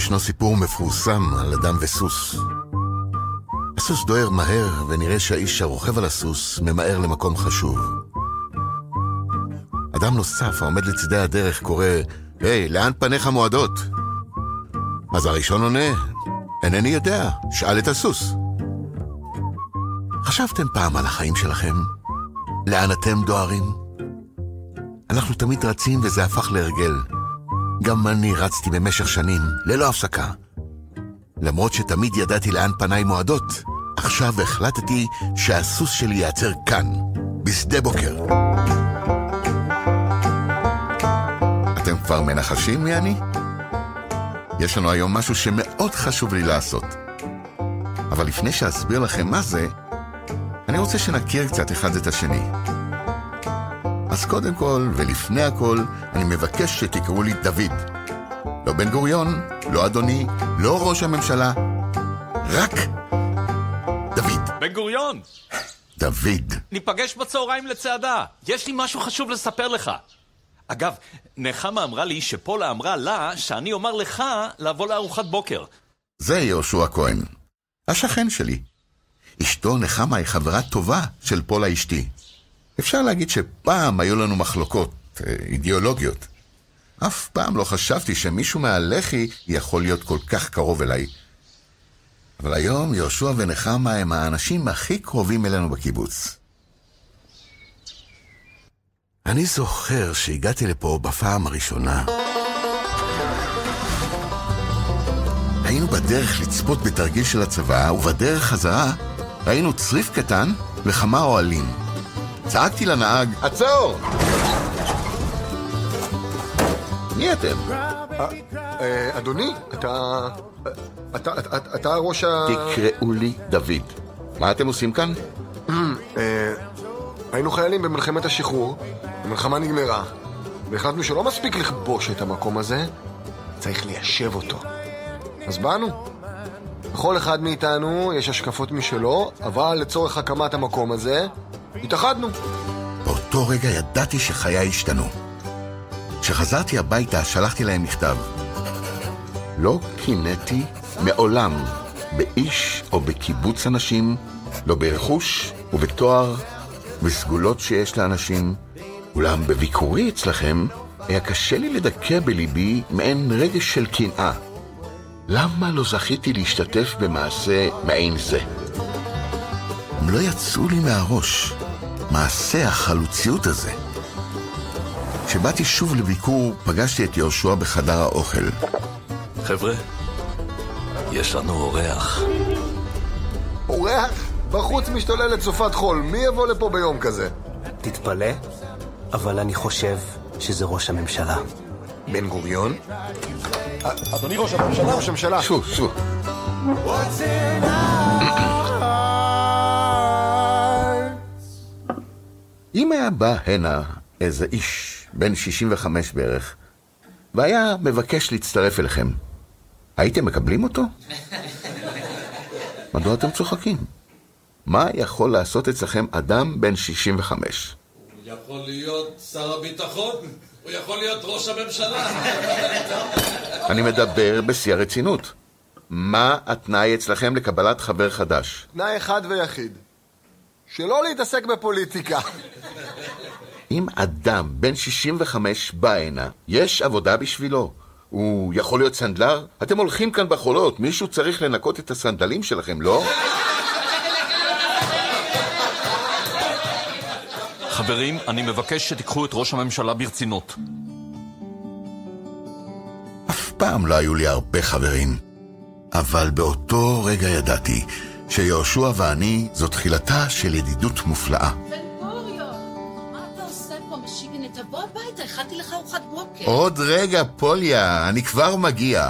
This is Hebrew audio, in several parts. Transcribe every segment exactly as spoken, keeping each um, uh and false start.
ישנו סיפור מפורסם על אדם וסוס. הסוס דוהר מהר, ונראה שהאיש הרוכב על הסוס ממהר למקום חשוב. אדם נוסף העומד לצדי הדרך קורא, היי, לאן פניך מועדות? אז הראשון עונה, אינני יודע, שאל את הסוס. חשבתם פעם על החיים שלכם? לאן אתם דוהרים? אנחנו תמיד רצים וזה הפך להרגל. גם אני רצתי במשך שנים, ללא הפסקה. למרות שתמיד ידעתי לאן פניי מועדות, עכשיו החלטתי שהסוס שלי יעצר כאן, בשדה בוקר. אתם כבר מנחשים מי אני? יש לנו היום משהו שמאוד חשוב לי לעשות. אבל לפני שאסביר לכם מה זה, אני רוצה שנכיר קצת אחד את השני. אז קודם כל ולפני הכל, אני מבקש שתקראו לי דוד. לא בן גוריון, לא אדוני, לא ראש הממשלה, רק דוד. בן גוריון! דוד. ניפגש בצהריים לצעדה. יש לי משהו חשוב לספר לך. אגב, נחמה אמרה לי שפולה אמרה לה שאני אומר לך לבוא לארוחת בוקר. זה יהושע כהן, השכן שלי. אשתו נחמה היא חברה טובה של פולה אשתי. אפשר להגיד שפעם היו לנו מחלוקות אידיאולוגיות. אף פעם לא חשבתי שמישהו מהלחי יכול להיות כל כך קרוב אליי. אבל היום יהושע ונחמה הם האנשים הכי קרובים אלינו בקיבוץ. אני זוכר שהגעתי לפה בפעם הראשונה. היינו בדרך לצפות בתרגיל של הצבא, ובדרך חזרה ראינו צריף קטן וכמה אוהלים. צעקתי לנהג, עצור! מי אתם? אדוני, אתה... אתה ראש ה... תקראו לי דוד. מה אתם עושים כאן? היינו חיילים במלחמת השחרור, המלחמה נגמרה, והחלטנו שלא מספיק לכבוש את המקום הזה, צריך ליישב אותו. אז באנו. בכל אחד מאיתנו יש השקפות משלו, אבל לצורך הקמת המקום הזה, התאחדנו. באותו רגע ידעתי שחיי השתנו. כשחזרתי הביתה שלחתי להם מכתב. לא קינאתי מעולם באיש או בקיבוץ אנשים, לא ברכוש ובתואר וסגולות שיש לאנשים, אולם בביקורי אצלכם היה קשה לי לדכא בליבי מעין רגש של קנאה. למה לא זכיתי להשתתף במעשה מעין זה? הם לא יצאו לי מהראש מעשה החלוציות הזה. כשבאתי שוב לביקור פגשתי את יהושע בחדר האוכל. חבר'ה, יש לנו אורח. אורח? בחוץ משתוללת סופת חול, מי יבוא לפה ביום כזה? תתפלא, אבל אני חושב שזה ראש הממשלה. בן גוריון? אדוני ראש הממשלה. ראש הממשלה. שוב, שוב. אם היה בא הנה איזה איש בן שישים וחמש בערך, והיה מבקש להצטרף אליכם, הייתם מקבלים אותו? מדוע אתם צוחקים? מה יכול לעשות אצלכם אדם בן שישים וחמש? הוא יכול להיות שר הביטחון, הוא יכול להיות ראש הממשלה. אני מדבר בשיא הרצינות. מה התנאי אצלכם לקבלת חבר חדש? תנאי אחד ויחיד, שלא להתעסק בפוליטיקה. אם אדם בן שישים וחמש בא הנה, יש עבודה בשבילו. הוא יכול להיות סנדלר? אתם הולכים כאן בחולות, מישהו צריך לנקות את הסנדלים שלכם, לא? חברים, אני מבקש שתיקחו את ראש הממשלה ברצינות. אף פעם לא היו לי הרבה חברים, אבל באותו רגע ידעתי שיהושע ואני זו תחילתה של ידידות מופלאה. בן גוריון, מה אתה עושה פה? משיגן, תבוא הביתה, הכנתי לך ארוחת בוקר. עוד רגע, פוליה, אני כבר מגיע.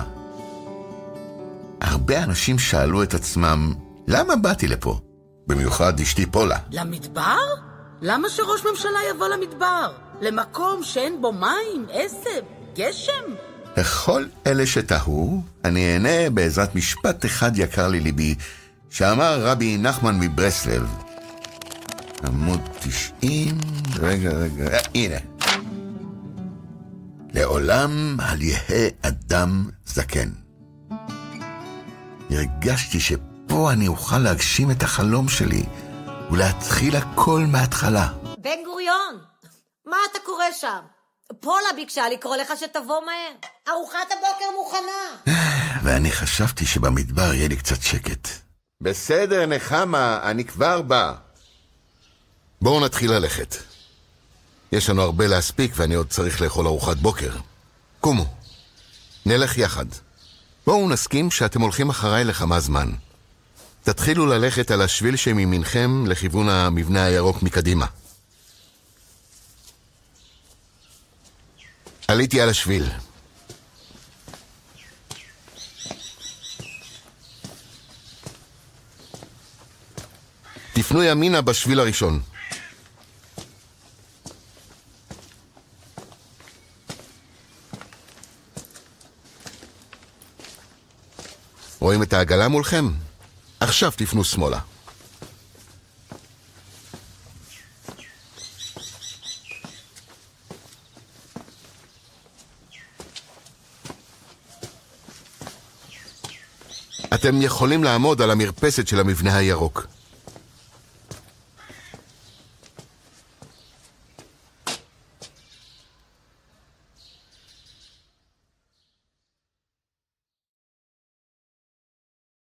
הרבה אנשים שאלו את עצמם, למה באתי לפה? במיוחד אשתי פולה. למדבר? למה שראש ממשלה יבוא למדבר? למקום שאין בו מים, עשב, גשם? לכל אלה שתהו, אני אענה בעזרת משפט אחד יקר לליבי, שאמר רבי נחמן מברסלב. עמוד תשעים, רגע, רגע, הנה. לעולם אל יהא אדם זקן. הרגשתי שפה אני אוכל להגשים את החלום שלי ולהתחיל הכל מההתחלה. בן גוריון, מה אתה קורא שם? פולה ביקשה לקרוא לך שתבוא מהר. ארוחת הבוקר מוכנה. ואני חשבתי שבמדבר יהיה לי קצת שקט. בסדר, נחמה, אני כבר בא. בואו נתחיל ללכת. יש לנו הרבה להספיק ואני עוד צריך לאכול ארוחת בוקר. קומו, נלך יחד. בואו נסכים שאתם הולכים אחריי לכמה זמן. תתחילו ללכת על השביל שמימינכם לכיוון המבנה הירוק מקדימה. עליתי על השביל. תפנו ימינה בשביל הראשון. רואים את העגלה מולכם? עכשיו תפנו שמאלה. אתם יכולים לעמוד על המרפסת של המבנה הירוק.